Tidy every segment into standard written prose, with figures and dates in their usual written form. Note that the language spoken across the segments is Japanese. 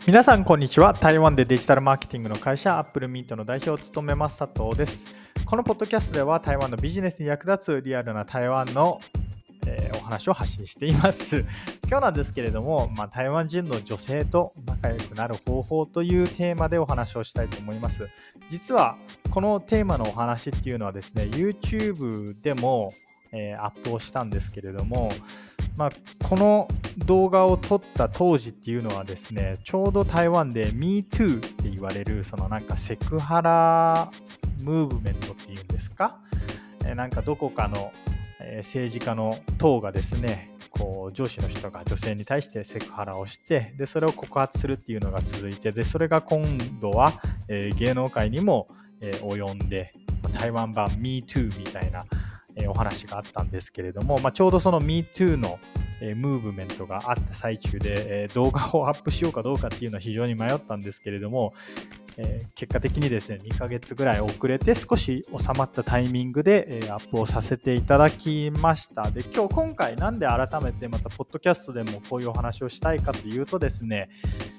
皆さんこんにちは。台湾でデジタルマーケティングの会社 Apple Meet の代表を務めます佐藤です。このポッドキャストでは台湾のビジネスに役立つリアルな台湾の、お話を発信しています。今日なんですけれども、台湾人の女性と仲良くなる方法というテーマでお話をしたいと思います。実はこのテーマのお話っていうのはですね、YouTube でも、アップをしたんですけれども、この動画を撮った当時っていうのはですね、ちょうど台湾で MeToo って言われるそのセクハラムーブメントっていうんですか、どこかの政治家の党がですね、上司の人が女性に対してセクハラをして、でそれを告発するっていうのが続いて、でそれが今度は、芸能界にも、及んで、台湾版 MeToo みたいなお話があったんですけれども、ちょうどその MeToo のムーブメントがあった最中で、動画をアップしようかどうかっていうのは非常に迷ったんですけれども、結果的にですね、2ヶ月ぐらい遅れて少し収まったタイミングで、アップをさせていただきました。で、今回なんで改めてまたポッドキャストでもこういうお話をしたいかというとですね、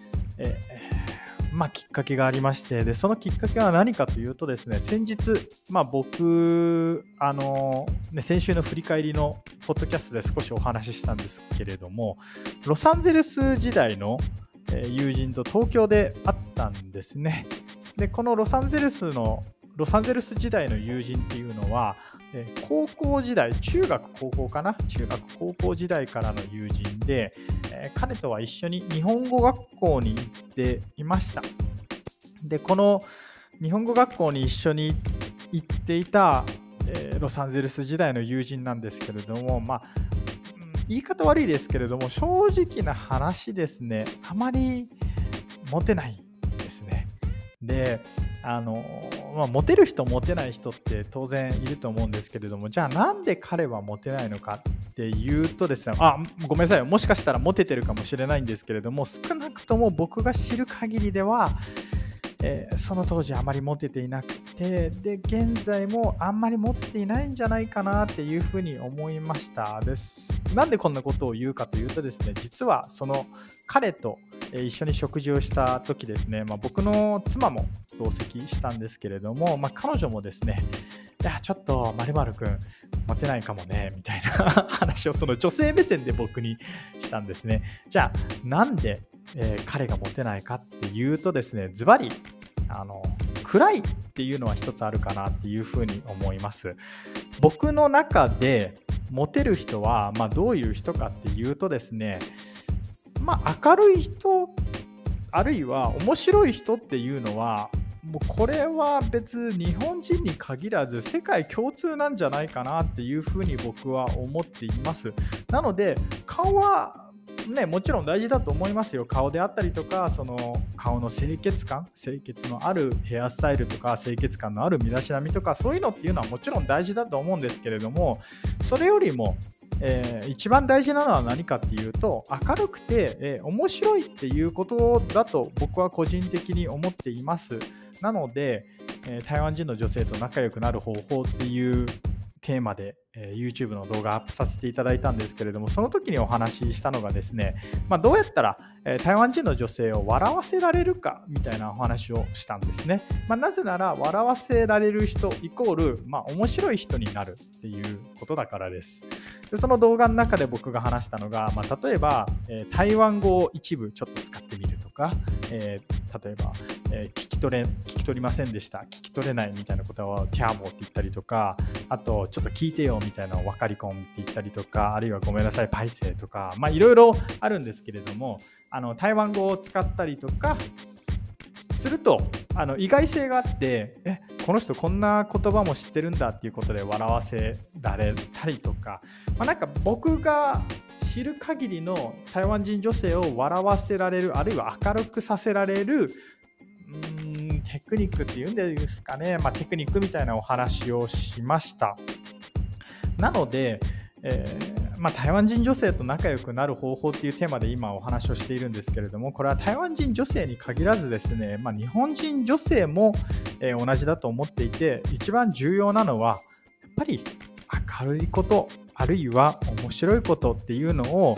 きっかけがありまして、でそのきっかけは何かというとですね、先日、僕先週の振り返りのポッドキャストで少しお話ししたんですけれども、ロサンゼルス時代の友人と東京で会ったんですね。でこのロサンゼルス時代の友人っていうのは、高校時代、中学高校時代からの友人で、彼とは一緒に日本語学校に行っていました。でこの日本語学校に一緒に行っていた、ロサンゼルス時代の友人なんですけれども、言い方悪いですけれども、正直な話ですね、あまりモテないですね。でモテる人モテない人って当然いると思うんですけれども、じゃあなんで彼はモテないのかっていうとですね、ごめんなさい、もしかしたらモテてるかもしれないんですけれども、少なくとも僕が知る限りでは、その当時あまりモテていなくて、で現在もあんまりモテていないんじゃないかなっていうふうに思いましたです。なんでこんなことを言うかというとですね、実はその彼と一緒に食事をした時ですね、僕の妻も同席したんですけれども、彼女もですね、いやちょっと〇〇くんモテないかもねみたいな話をその女性目線で僕にしたんですね。じゃあなんで彼がモテないかっていうとですね、ズバリ暗いっていうのは一つあるかなっていうふうに思います。僕の中でモテる人は、どういう人かっていうとですね、明るい人、あるいは面白い人っていうのは、もうこれは別日本人に限らず世界共通なんじゃないかなっていうふうに僕は思っています。なので顔はね、もちろん大事だと思いますよ。顔であったりとか、その顔の清潔のあるヘアスタイルとか、清潔感のある身だしなみとか、そういうのっていうのはもちろん大事だと思うんですけれども、それよりも一番大事なのは何かっていうと、明るくて、面白いっていうことだと僕は個人的に思っています。なので、台湾人の女性と仲良くなる方法っていうテーマで、YouTube の動画アップさせていただいたんですけれども、その時にお話ししたのがですね、どうやったら、台湾人の女性を笑わせられるかみたいなお話をしたんですね。なぜなら笑わせられる人イコール、面白い人になるっていうことだからです。でその動画の中で僕が話したのが、例えば、台湾語を一部ちょっと使ってみるとか、例えば、聞き取りませんでした、聞き取れないみたいなことをティアモって言ったりとか、あとちょっと聞いてよみたいなのを分かりこんって言ったりとか、あるいはごめんなさいパイセイとか、いろいろあるんですけれども、台湾語を使ったりとかすると意外性があって、この人こんな言葉も知ってるんだっていうことで笑わせられたりとか、僕が知る限りの台湾人女性を笑わせられる、あるいは明るくさせられるテクニックっていうんですかね、テクニックみたいなお話をしました。なので、台湾人女性と仲良くなる方法っていうテーマで今お話をしているんですけれども、これは台湾人女性に限らずですね、日本人女性も、同じだと思っていて、一番重要なのはやっぱり明るいこと、あるいは面白いことっていうのを、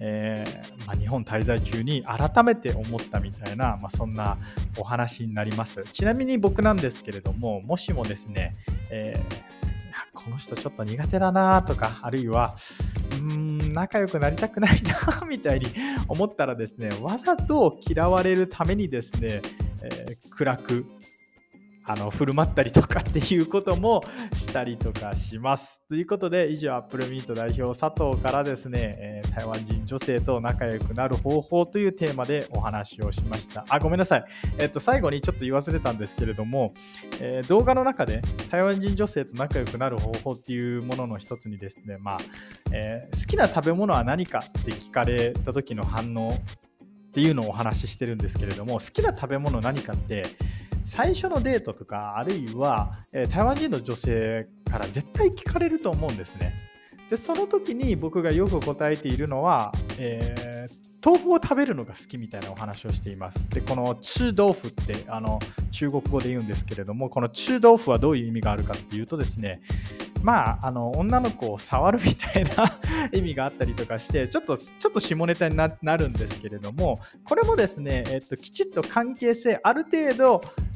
日本滞在中に改めて思ったみたいな、そんなお話になります。ちなみに僕なんですけれども、もしもですね、この人ちょっと苦手だなとか、あるいは仲良くなりたくないなみたいに思ったらですね、わざと嫌われるためにですね、暗く振る舞ったりとかっていうこともしたりとかします。ということで、以上アップルミート代表佐藤からですね、台湾人女性と仲良くなる方法というテーマでお話をしました。ごめんなさい。最後にちょっと言い忘れたんですけれども、動画の中で台湾人女性と仲良くなる方法っていうものの一つにですね、好きな食べ物は何かって聞かれた時の反応っていうのをお話ししてるんですけれども、好きな食べ物何かって最初のデートとか、あるいは台湾人の女性から絶対聞かれると思うんですね。でその時に僕がよく答えているのは、豆腐を食べるのが好きみたいなお話をしています。でこの中豆腐って中国語で言うんですけれども、この中豆腐はどういう意味があるかっていうとですね、女の子を触るみたいな意味があったりとかして、ちょっと下ネタに なるんですけれども、これもですね、きちっと関係性ある程度、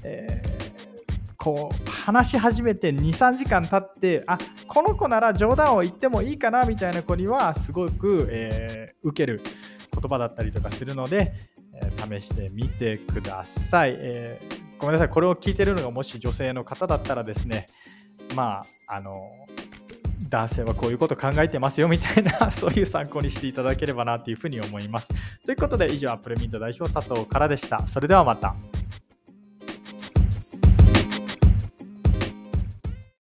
話し始めて 2,3 時間経って、この子なら冗談を言ってもいいかなみたいな子にはすごく、受ける言葉だったりとかするので、試してみてください。ごめんなさい、これを聞いてるのがもし女性の方だったらですね、男性はこういうこと考えてますよみたいなそういう参考にしていただければなというふうに思います。ということで、以上アップルミント代表佐藤からでした。それではまた。